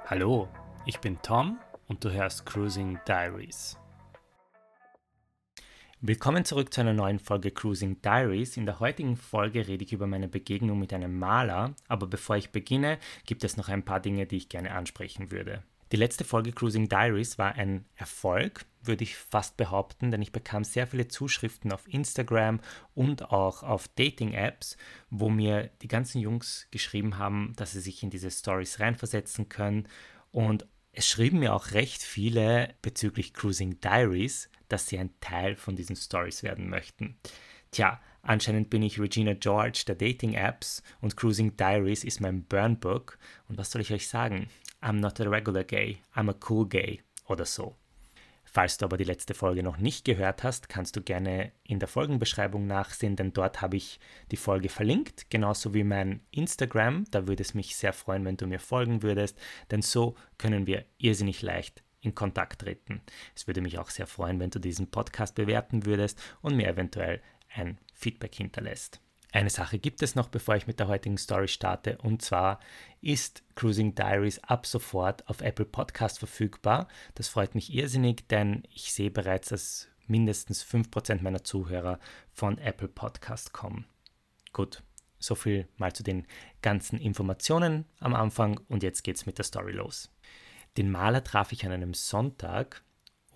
Hallo, ich bin Tom und du hörst Cruising Diaries. Willkommen zurück zu einer neuen Folge Cruising Diaries. In der heutigen Folge rede ich über meine Begegnung mit einem Maler, aber bevor ich beginne, gibt es noch ein paar Dinge, die ich gerne ansprechen würde. Die letzte Folge Cruising Diaries war ein Erfolg, würde ich fast behaupten, denn ich bekam sehr viele Zuschriften auf Instagram und auch auf Dating-Apps, wo mir die ganzen Jungs geschrieben haben, dass sie sich in diese Stories reinversetzen können, und es schrieben mir auch recht viele bezüglich Cruising Diaries, dass sie ein Teil von diesen Stories werden möchten. Tja, anscheinend bin ich Regina George der Dating-Apps und Cruising Diaries ist mein Burn-Book, und was soll ich euch sagen? I'm not a regular gay, I'm a cool gay oder so. Falls du aber die letzte Folge noch nicht gehört hast, kannst du gerne in der Folgenbeschreibung nachsehen, denn dort habe ich die Folge verlinkt, genauso wie mein Instagram. Da würde es mich sehr freuen, wenn du mir folgen würdest, denn so können wir irrsinnig leicht in Kontakt treten. Es würde mich auch sehr freuen, wenn du diesen Podcast bewerten würdest und mir eventuell ein Feedback hinterlässt. Eine Sache gibt es noch, bevor ich mit der heutigen Story starte, und zwar ist Cruising Diaries ab sofort auf Apple Podcast verfügbar. Das freut mich irrsinnig, denn ich sehe bereits, dass mindestens 5% meiner Zuhörer von Apple Podcast kommen. Gut, so viel mal zu den ganzen Informationen am Anfang, und jetzt geht's mit der Story los. Den Maler traf ich an einem Sonntag.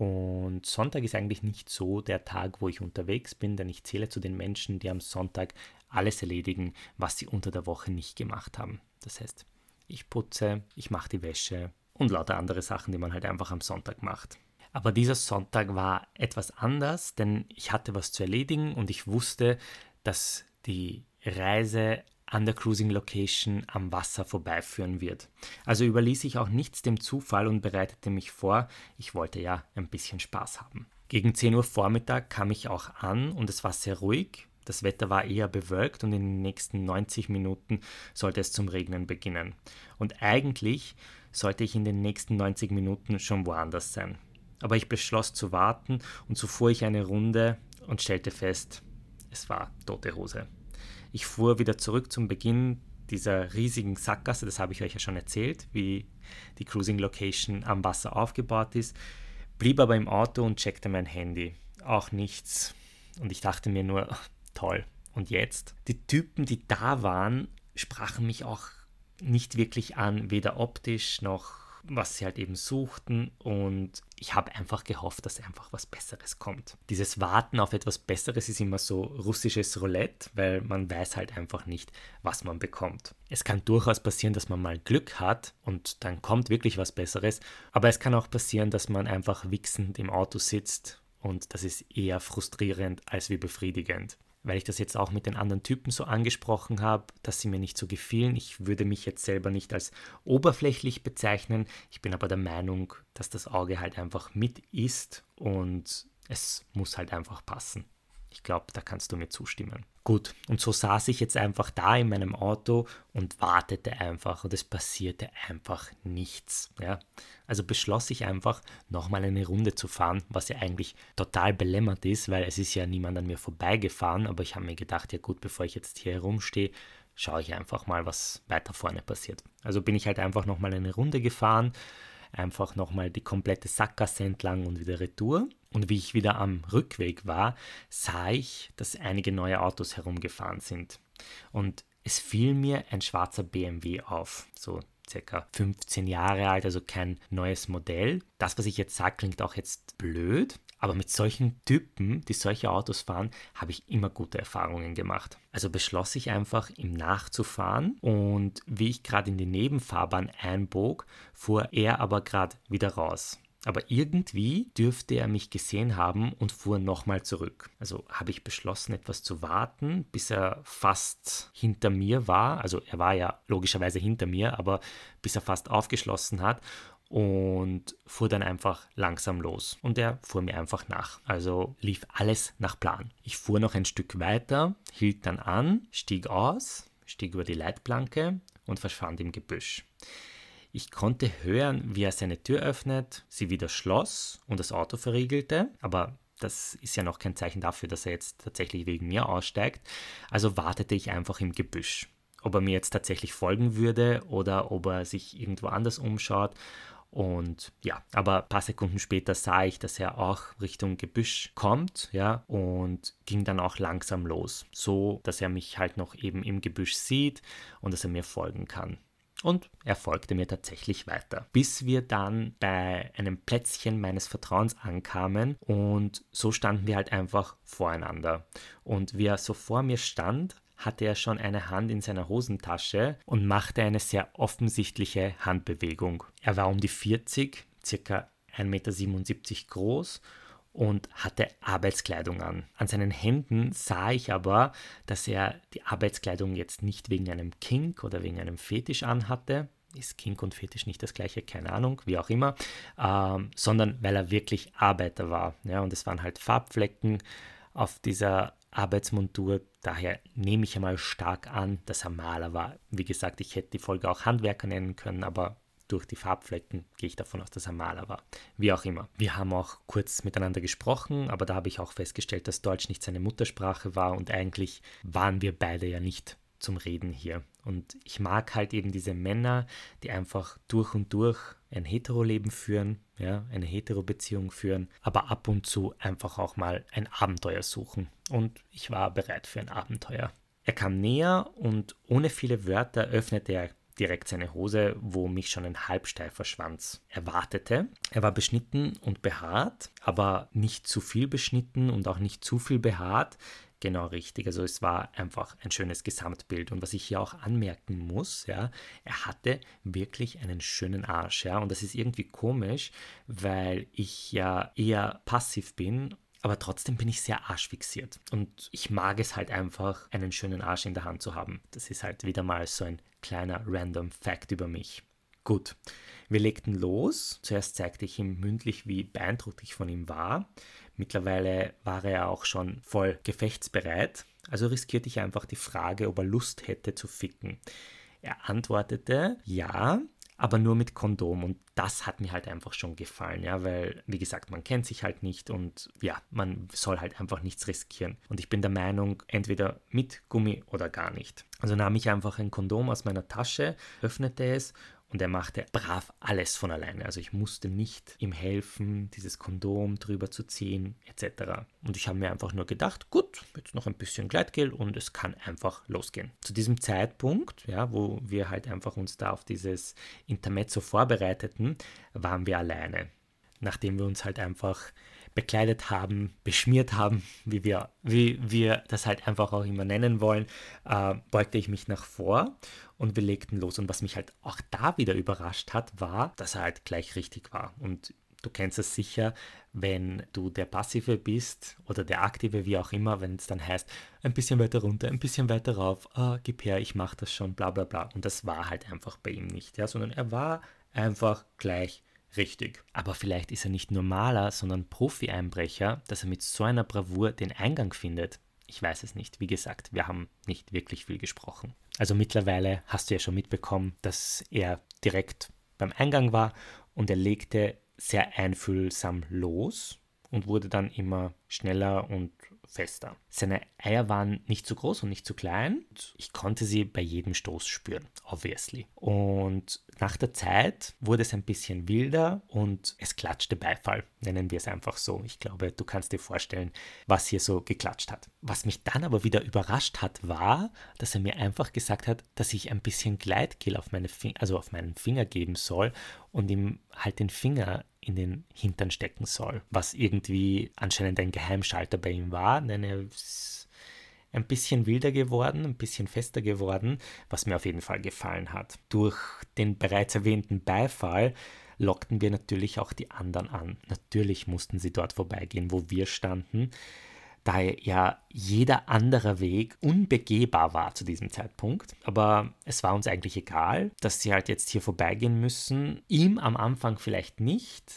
Und Sonntag ist eigentlich nicht so der Tag, wo ich unterwegs bin, denn ich zähle zu den Menschen, die am Sonntag alles erledigen, was sie unter der Woche nicht gemacht haben. Das heißt, ich putze, ich mache die Wäsche und lauter andere Sachen, die man halt einfach am Sonntag macht. Aber dieser Sonntag war etwas anders, denn ich hatte was zu erledigen und ich wusste, dass die Reise an der Cruising Location am Wasser vorbeiführen wird. Also überließ ich auch nichts dem Zufall und bereitete mich vor. Ich wollte ja ein bisschen Spaß haben. Gegen 10 Uhr Vormittag kam ich auch an und es war sehr ruhig. Das Wetter war eher bewölkt und in den nächsten 90 Minuten sollte es zum Regnen beginnen. Und eigentlich sollte ich in den nächsten 90 Minuten schon woanders sein. Aber ich beschloss zu warten und so fuhr ich eine Runde und stellte fest, es war tote Hose. Ich fuhr wieder zurück zum Beginn dieser riesigen Sackgasse, das habe ich euch ja schon erzählt, wie die Cruising Location am Wasser aufgebaut ist, blieb aber im Auto und checkte mein Handy. Auch nichts. Und ich dachte mir nur, toll. Und jetzt? Die Typen, die da waren, sprachen mich auch nicht wirklich an, weder optisch noch was sie halt eben suchten, und ich habe einfach gehofft, dass einfach was Besseres kommt. Dieses Warten auf etwas Besseres ist immer so russisches Roulette, weil man weiß halt einfach nicht, was man bekommt. Es kann durchaus passieren, dass man mal Glück hat und dann kommt wirklich was Besseres, aber es kann auch passieren, dass man einfach wichsend im Auto sitzt, und das ist eher frustrierend als wie befriedigend. Weil ich das jetzt auch mit den anderen Typen so angesprochen habe, dass sie mir nicht so gefielen. Ich würde mich jetzt selber nicht als oberflächlich bezeichnen. Ich bin aber der Meinung, dass das Auge halt einfach mit ist und es muss halt einfach passen. Ich glaube, da kannst du mir zustimmen. Gut, und so saß ich jetzt einfach da in meinem Auto und wartete einfach, und es passierte einfach nichts. Ja? Also beschloss ich einfach, nochmal eine Runde zu fahren, was ja eigentlich total belämmert ist, weil es ist ja niemand an mir vorbeigefahren, aber ich habe mir gedacht, ja gut, bevor ich jetzt hier herumstehe, schaue ich einfach mal, was weiter vorne passiert. Also bin ich halt einfach nochmal eine Runde gefahren, einfach nochmal die komplette Sackgasse entlang und wieder retour. Und wie ich wieder am Rückweg war, sah ich, dass einige neue Autos herumgefahren sind. Und es fiel mir ein schwarzer BMW auf, so circa 15 Jahre alt, also kein neues Modell. Das, was ich jetzt sage, klingt auch jetzt blöd, aber mit solchen Typen, die solche Autos fahren, habe ich immer gute Erfahrungen gemacht. Also beschloss ich einfach, ihm nachzufahren, und wie ich gerade in die Nebenfahrbahn einbog, fuhr er aber gerade wieder raus. Aber irgendwie dürfte er mich gesehen haben und fuhr nochmal zurück. Also habe ich beschlossen, etwas zu warten, bis er fast hinter mir war. Also er war ja logischerweise hinter mir, aber bis er fast aufgeschlossen hat, und fuhr dann einfach langsam los. Und er fuhr mir einfach nach. Also lief alles nach Plan. Ich fuhr noch ein Stück weiter, hielt dann an, stieg aus, stieg über die Leitplanke und verschwand im Gebüsch. Ich konnte hören, wie er seine Tür öffnet, sie wieder schloss und das Auto verriegelte, aber das ist ja noch kein Zeichen dafür, dass er jetzt tatsächlich wegen mir aussteigt. Also wartete ich einfach im Gebüsch. ob er mir jetzt tatsächlich folgen würde oder ob er sich irgendwo anders umschaut. Und ja, aber ein paar Sekunden später sah ich, dass er auch Richtung Gebüsch kommt, ja, und ging dann auch langsam los, so dass er mich halt noch eben im Gebüsch sieht und dass er mir folgen kann. Und er folgte mir tatsächlich weiter, bis wir dann bei einem Plätzchen meines Vertrauens ankamen und so standen wir halt einfach voreinander. Und wie er so vor mir stand, hatte er schon eine Hand in seiner Hosentasche und machte eine sehr offensichtliche Handbewegung. Er war um die 40, circa 1,77 Meter groß und hatte Arbeitskleidung an. An seinen Händen sah ich aber, dass er die Arbeitskleidung jetzt nicht wegen einem Kink oder wegen einem Fetisch anhatte. Ist Kink und Fetisch nicht das gleiche? Keine Ahnung, wie auch immer. Sondern weil er wirklich Arbeiter war. Ja, und es waren halt Farbflecken auf dieser Arbeitsmontur. Daher nehme ich einmal stark an, dass er Maler war. Wie gesagt, ich hätte die Folge auch Handwerker nennen können, aber durch die Farbflecken gehe ich davon aus, dass er Maler war. Wie auch immer. Wir haben auch kurz miteinander gesprochen, aber da habe ich auch festgestellt, dass Deutsch nicht seine Muttersprache war und eigentlich waren wir beide ja nicht zum Reden hier. Und ich mag halt eben diese Männer, die einfach durch und durch ein Hetero-Leben führen, ja, eine Hetero-Beziehung führen, aber ab und zu einfach auch mal ein Abenteuer suchen. Und ich war bereit für ein Abenteuer. Er kam näher und ohne viele Wörter öffnete er direkt seine Hose, wo mich schon ein halbsteifer Schwanz erwartete. Er war beschnitten und behaart, aber nicht zu viel beschnitten und auch nicht zu viel behaart. Genau richtig, also es war einfach ein schönes Gesamtbild. Und was ich hier auch anmerken muss, ja, er hatte wirklich einen schönen Arsch, ja, und das ist irgendwie komisch, weil ich ja eher passiv bin, aber trotzdem bin ich sehr arschfixiert und ich mag es halt einfach, einen schönen Arsch in der Hand zu haben. Das ist halt wieder mal so ein kleiner random Fact über mich. Gut, wir legten los. Zuerst zeigte ich ihm mündlich, wie beeindruckt ich von ihm war. Mittlerweile war er auch schon voll gefechtsbereit, also riskierte ich einfach die Frage, ob er Lust hätte zu ficken. Er antwortete, ja, aber nur mit Kondom und das hat mir halt einfach schon gefallen, ja, weil, wie gesagt, man kennt sich halt nicht und ja, man soll halt einfach nichts riskieren. Und ich bin der Meinung, entweder mit Gummi oder gar nicht. Also nahm ich einfach ein Kondom aus meiner Tasche, öffnete es und er machte brav alles von alleine. Also ich musste nicht ihm helfen, dieses Kondom drüber zu ziehen, etc. Und ich habe mir einfach nur gedacht, gut, jetzt noch ein bisschen Gleitgel und es kann einfach losgehen. Zu diesem Zeitpunkt, ja, wo wir halt einfach uns da auf dieses Intermezzo vorbereiteten, waren wir alleine. Nachdem wir uns halt einfach bekleidet haben, beschmiert haben, wie wir das halt einfach auch immer nennen wollen, beugte ich mich nach vor und wir legten los. Und was mich halt auch da wieder überrascht hat, war, dass er halt gleich richtig war. Und du kennst es sicher, wenn du der Passive bist oder der Aktive, wie auch immer, wenn es dann heißt, ein bisschen weiter runter, ein bisschen weiter rauf, gib her, ich mach das schon, bla bla bla. Und das war halt einfach bei ihm nicht, ja, sondern er war einfach gleich richtig. Aber vielleicht ist er nicht nur Maler, sondern Profi-Einbrecher, dass er mit so einer Bravour den Eingang findet. Ich weiß es nicht. Wie gesagt, wir haben nicht wirklich viel gesprochen. Also mittlerweile hast du ja schon mitbekommen, dass er direkt beim Eingang war und er legte sehr einfühlsam los und wurde dann immer schneller und fester. Seine Eier waren nicht zu groß und nicht zu klein. Ich konnte sie bei jedem Stoß spüren, obviously. Und nach der Zeit wurde es ein bisschen wilder und es klatschte Beifall, nennen wir es einfach so. Ich glaube, du kannst dir vorstellen, was hier so geklatscht hat. Was mich dann aber wieder überrascht hat, war, dass er mir einfach gesagt hat, dass ich ein bisschen Gleitgel auf meinen Finger geben soll und ihm halt den Finger in den Hintern stecken soll, was irgendwie anscheinend ein Geheimschalter bei ihm war, denn er ist ein bisschen wilder geworden, ein bisschen fester geworden, was mir auf jeden Fall gefallen hat. Durch den bereits erwähnten Beifall lockten wir natürlich auch die anderen an. Natürlich mussten sie dort vorbeigehen, wo wir standen, da ja jeder andere Weg unbegehbar war zu diesem Zeitpunkt. Aber es war uns eigentlich egal, dass sie halt jetzt hier vorbeigehen müssen. Ihm am Anfang vielleicht nicht,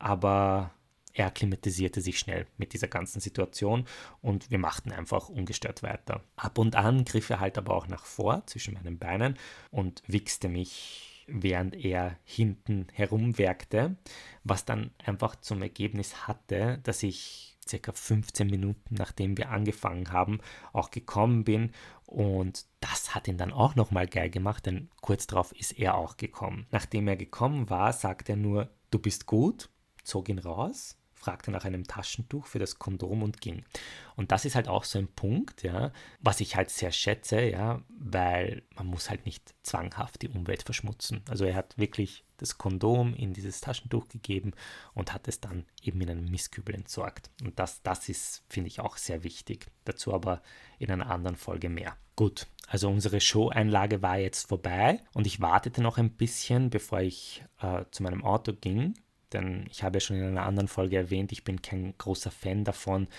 aber er akklimatisierte sich schnell mit dieser ganzen Situation und wir machten einfach ungestört weiter. Ab und an griff er halt aber auch nach vor zwischen meinen Beinen und wichste mich, während er hinten herumwerkte, was dann einfach zum Ergebnis hatte, dass ich circa 15 Minuten, nachdem wir angefangen haben, auch gekommen bin. Und das hat ihn dann auch nochmal geil gemacht, denn kurz darauf ist er auch gekommen. Nachdem er gekommen war, sagt er nur, du bist gut, zog ihn raus, fragte nach einem Taschentuch für das Kondom und ging. Und das ist halt auch so ein Punkt, ja, was ich halt sehr schätze, ja, weil man muss halt nicht zwanghaft die Umwelt verschmutzen. Also er hat wirklich das Kondom in dieses Taschentuch gegeben und hat es dann eben in einem Mistkübel entsorgt. Und das ist, finde ich, auch sehr wichtig. Dazu aber in einer anderen Folge mehr. Gut, also unsere Show-Einlage war jetzt vorbei und ich wartete noch ein bisschen, bevor ich zu meinem Auto ging. Denn ich habe ja schon in einer anderen Folge erwähnt, ich bin kein großer Fan davon,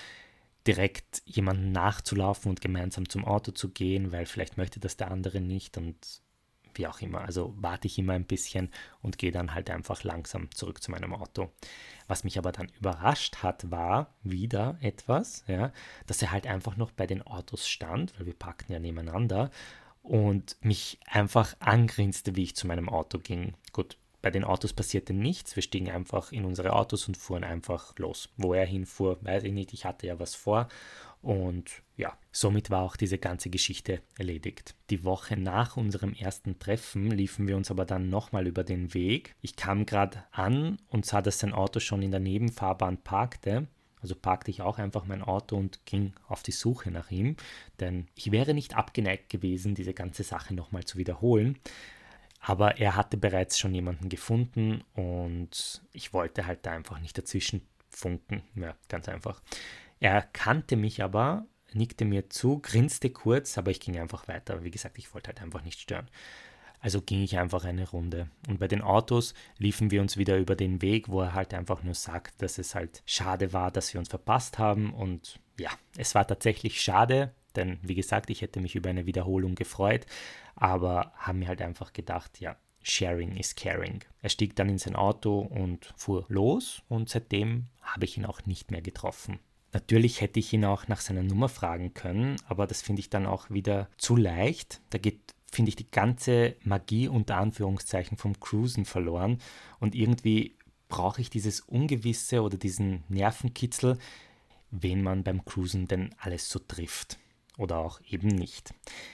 direkt jemanden nachzulaufen und gemeinsam zum Auto zu gehen, weil vielleicht möchte das der andere nicht und wie auch immer. Also warte ich immer ein bisschen und gehe dann halt einfach langsam zurück zu meinem Auto. Was mich aber dann überrascht hat, war wieder etwas, ja, dass er halt einfach noch bei den Autos stand, weil wir parkten ja nebeneinander und mich einfach angrinste, wie ich zu meinem Auto ging. Gut, bei den Autos passierte nichts, wir stiegen einfach in unsere Autos und fuhren einfach los. Wo er hinfuhr, weiß ich nicht, ich hatte ja was vor und ja, somit war auch diese ganze Geschichte erledigt. Die Woche nach unserem ersten Treffen liefen wir uns aber dann nochmal über den Weg. Ich kam gerade an und sah, dass sein Auto schon in der Nebenfahrbahn parkte. Also parkte ich auch einfach mein Auto und ging auf die Suche nach ihm, denn ich wäre nicht abgeneigt gewesen, diese ganze Sache nochmal zu wiederholen. Aber er hatte bereits schon jemanden gefunden und ich wollte halt da einfach nicht dazwischen funken. Ja, ganz einfach. Er kannte mich aber, nickte mir zu, grinste kurz, aber ich ging einfach weiter. Wie gesagt, ich wollte halt einfach nicht stören. Also ging ich einfach eine Runde. Und bei den Autos liefen wir uns wieder über den Weg, wo er halt einfach nur sagt, dass es halt schade war, dass wir uns verpasst haben. Und ja, es war tatsächlich schade, denn wie gesagt, ich hätte mich über eine Wiederholung gefreut, aber haben mir halt einfach gedacht, ja, sharing is caring. Er stieg dann in sein Auto und fuhr los und seitdem habe ich ihn auch nicht mehr getroffen. Natürlich hätte ich ihn auch nach seiner Nummer fragen können, aber das finde ich dann auch wieder zu leicht. Da geht, finde ich, die ganze Magie unter Anführungszeichen vom Cruisen verloren und irgendwie brauche ich dieses Ungewisse oder diesen Nervenkitzel, wen man beim Cruisen denn alles so trifft oder auch eben nicht.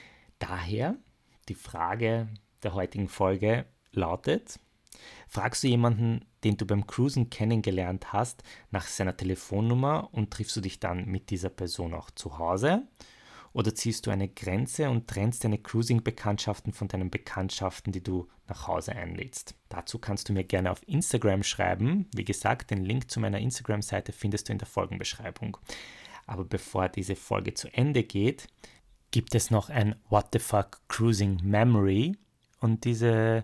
Daher die Frage der heutigen Folge lautet: Fragst du jemanden, den du beim Cruisen kennengelernt hast, nach seiner Telefonnummer und triffst du dich dann mit dieser Person auch zu Hause? Oder ziehst du eine Grenze und trennst deine Cruising-Bekanntschaften von deinen Bekanntschaften, die du nach Hause einlädst? Dazu kannst du mir gerne auf Instagram schreiben. Wie gesagt, den Link zu meiner Instagram-Seite findest du in der Folgenbeschreibung. Aber bevor diese Folge zu Ende geht, gibt es noch ein What the Fuck Cruising Memory. Und diese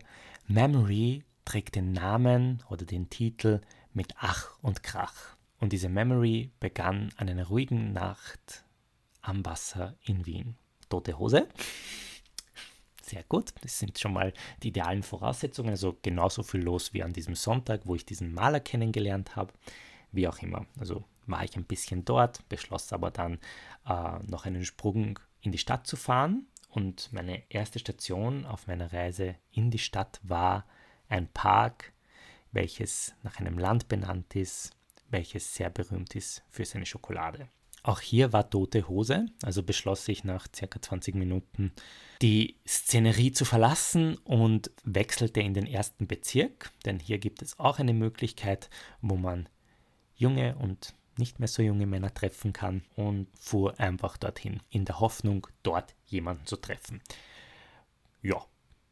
Memory trägt den Namen oder den Titel mit Ach und Krach. Und diese Memory begann an einer ruhigen Nacht am Wasser in Wien. Tote Hose. Sehr gut, das sind schon mal die idealen Voraussetzungen, also genauso viel los wie an diesem Sonntag, wo ich diesen Maler kennengelernt habe. Wie auch immer, also war ich ein bisschen dort, beschloss aber dann noch einen Sprung in die Stadt zu fahren. Und meine erste Station auf meiner Reise in die Stadt war ein Park, welches nach einem Land benannt ist, welches sehr berühmt ist für seine Schokolade. Auch hier war tote Hose, also beschloss ich nach ca. 20 Minuten die Szenerie zu verlassen und wechselte in den ersten Bezirk, denn hier gibt es auch eine Möglichkeit, wo man junge und nicht mehr so junge Männer treffen kann und fuhr einfach dorthin, in der Hoffnung, dort jemanden zu treffen. Ja,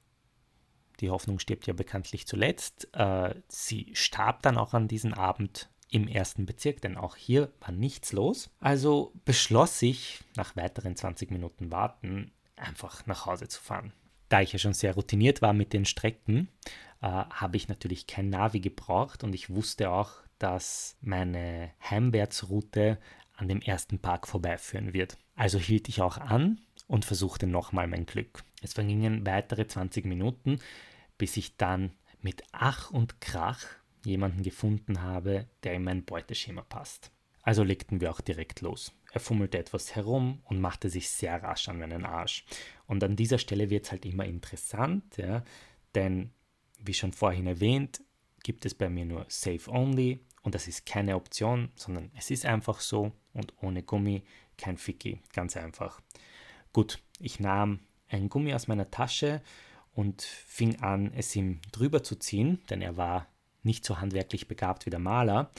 die Hoffnung stirbt ja bekanntlich zuletzt. Sie starb dann auch an diesem Abend im ersten Bezirk, denn auch hier war nichts los. Also beschloss ich, nach weiteren 20 Minuten Warten, einfach nach Hause zu fahren. Da ich ja schon sehr routiniert war mit den Strecken, habe ich natürlich kein Navi gebraucht und ich wusste auch, dass meine Heimwärtsroute an dem ersten Park vorbeiführen wird. Also hielt ich auch an und versuchte nochmal mein Glück. Es vergingen weitere 20 Minuten, bis ich dann mit Ach und Krach jemanden gefunden habe, der in mein Beuteschema passt. Also legten wir auch direkt los. Er fummelte etwas herum und machte sich sehr rasch an meinen Arsch. Und an dieser Stelle wird es halt immer interessant, ja, denn wie schon vorhin erwähnt, gibt es bei mir nur Safe Only und das ist keine Option, sondern es ist einfach so und ohne Gummi kein Ficky, ganz einfach. Gut, ich nahm ein Gummi aus meiner Tasche und fing an, es ihm drüber zu ziehen, denn er war nicht so handwerklich begabt wie der Maler,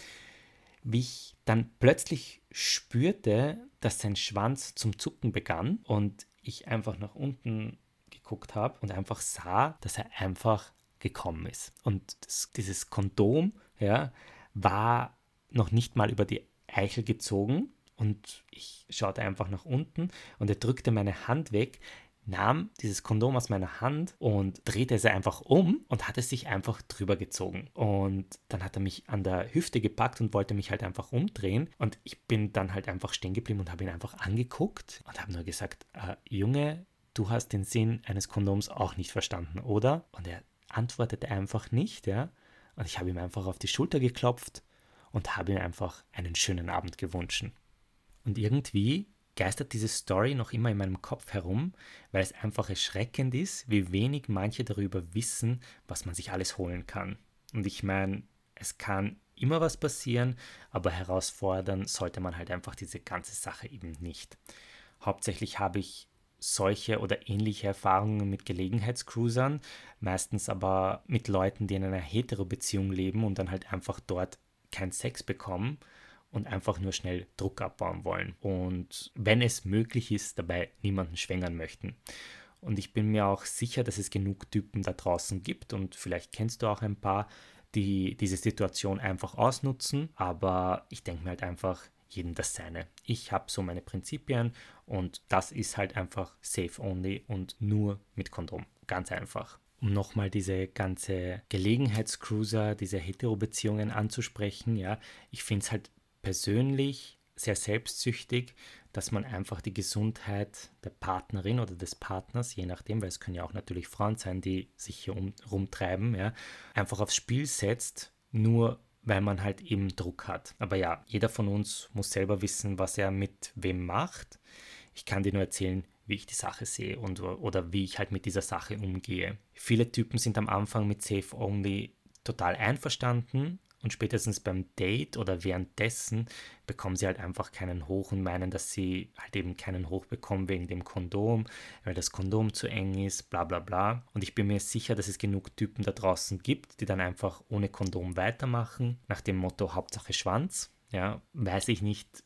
wie ich dann plötzlich spürte, dass sein Schwanz zum Zucken begann und ich einfach nach unten geguckt habe und einfach sah, dass er einfach gekommen ist. Und dieses Kondom, ja, war noch nicht mal über die Eichel gezogen und ich schaute einfach nach unten und er drückte meine Hand weg, nahm dieses Kondom aus meiner Hand und drehte es einfach um und hat es sich einfach drüber gezogen. Und dann hat er mich an der Hüfte gepackt und wollte mich halt einfach umdrehen. Und ich bin dann halt einfach stehen geblieben und habe ihn einfach angeguckt und habe nur gesagt, Junge, du hast den Sinn eines Kondoms auch nicht verstanden, oder? Und er antwortete einfach nicht, ja. Und ich habe ihm einfach auf die Schulter geklopft und habe ihm einfach einen schönen Abend gewünscht. Und irgendwie geistert diese Story noch immer in meinem Kopf herum, weil es einfach erschreckend ist, wie wenig manche darüber wissen, was man sich alles holen kann. Und ich meine, es kann immer was passieren, aber herausfordern sollte man halt einfach diese ganze Sache eben nicht. Hauptsächlich habe ich solche oder ähnliche Erfahrungen mit Gelegenheitscruisern, meistens aber mit Leuten, die in einer Hetero-Beziehung leben und dann halt einfach dort keinen Sex bekommen und einfach nur schnell Druck abbauen wollen. Und wenn es möglich ist, dabei niemanden schwängern möchten. Und ich bin mir auch sicher, dass es genug Typen da draußen gibt und vielleicht kennst du auch ein paar, die diese Situation einfach ausnutzen. Aber ich denke mir halt einfach, jedem das seine. Ich habe so meine Prinzipien und das ist halt einfach safe only und nur mit Kondom. Ganz einfach. Um nochmal diese ganze Gelegenheitscruiser, diese Hetero-Beziehungen anzusprechen, ja, ich finde es halt persönlich sehr selbstsüchtig, dass man einfach die Gesundheit der Partnerin oder des Partners, je nachdem, weil es können ja auch natürlich Frauen sein, die sich hier rumtreiben, ja, einfach aufs Spiel setzt, nur weil man halt eben Druck hat. Aber ja, jeder von uns muss selber wissen, was er mit wem macht. Ich kann dir nur erzählen, wie ich die Sache sehe oder wie ich halt mit dieser Sache umgehe. Viele Typen sind am Anfang mit Safe Only total einverstanden und spätestens beim Date oder währenddessen bekommen sie halt einfach keinen Hoch und meinen, dass sie halt eben keinen Hoch bekommen wegen dem Kondom, weil das Kondom zu eng ist, bla bla bla. Und ich bin mir sicher, dass es genug Typen da draußen gibt, die dann einfach ohne Kondom weitermachen, nach dem Motto Hauptsache Schwanz. Ja, weiß ich nicht,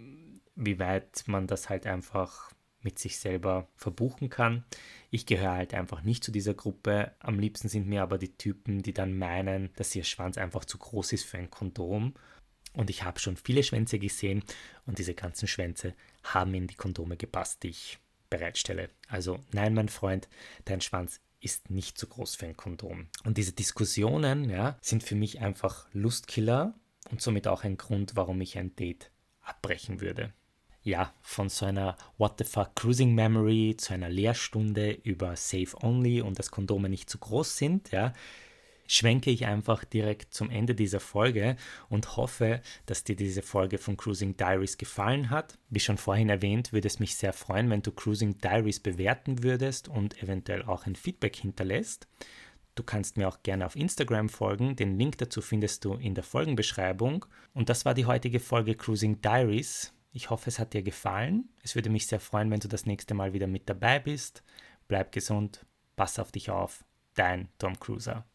wie weit man das halt einfach mit sich selber verbuchen kann. Ich gehöre halt einfach nicht zu dieser Gruppe. Am liebsten sind mir aber die Typen, die dann meinen, dass ihr Schwanz einfach zu groß ist für ein Kondom. Und ich habe schon viele Schwänze gesehen und diese ganzen Schwänze haben in die Kondome gepasst, die ich bereitstelle. Also nein, mein Freund, dein Schwanz ist nicht zu groß für ein Kondom. Und diese Diskussionen, ja, sind für mich einfach Lustkiller und somit auch ein Grund, warum ich ein Date abbrechen würde. Ja, von so einer What the fuck Cruising Memory zu einer Lehrstunde über Safe Only und dass Kondome nicht zu groß sind, ja, schwenke ich einfach direkt zum Ende dieser Folge und hoffe, dass dir diese Folge von Cruising Diaries gefallen hat. Wie schon vorhin erwähnt, würde es mich sehr freuen, wenn du Cruising Diaries bewerten würdest und eventuell auch ein Feedback hinterlässt. Du kannst mir auch gerne auf Instagram folgen, den Link dazu findest du in der Folgenbeschreibung. Und das war die heutige Folge Cruising Diaries. Ich hoffe, es hat dir gefallen. Es würde mich sehr freuen, wenn du das nächste Mal wieder mit dabei bist. Bleib gesund, pass auf dich auf. Dein Tom Cruiser.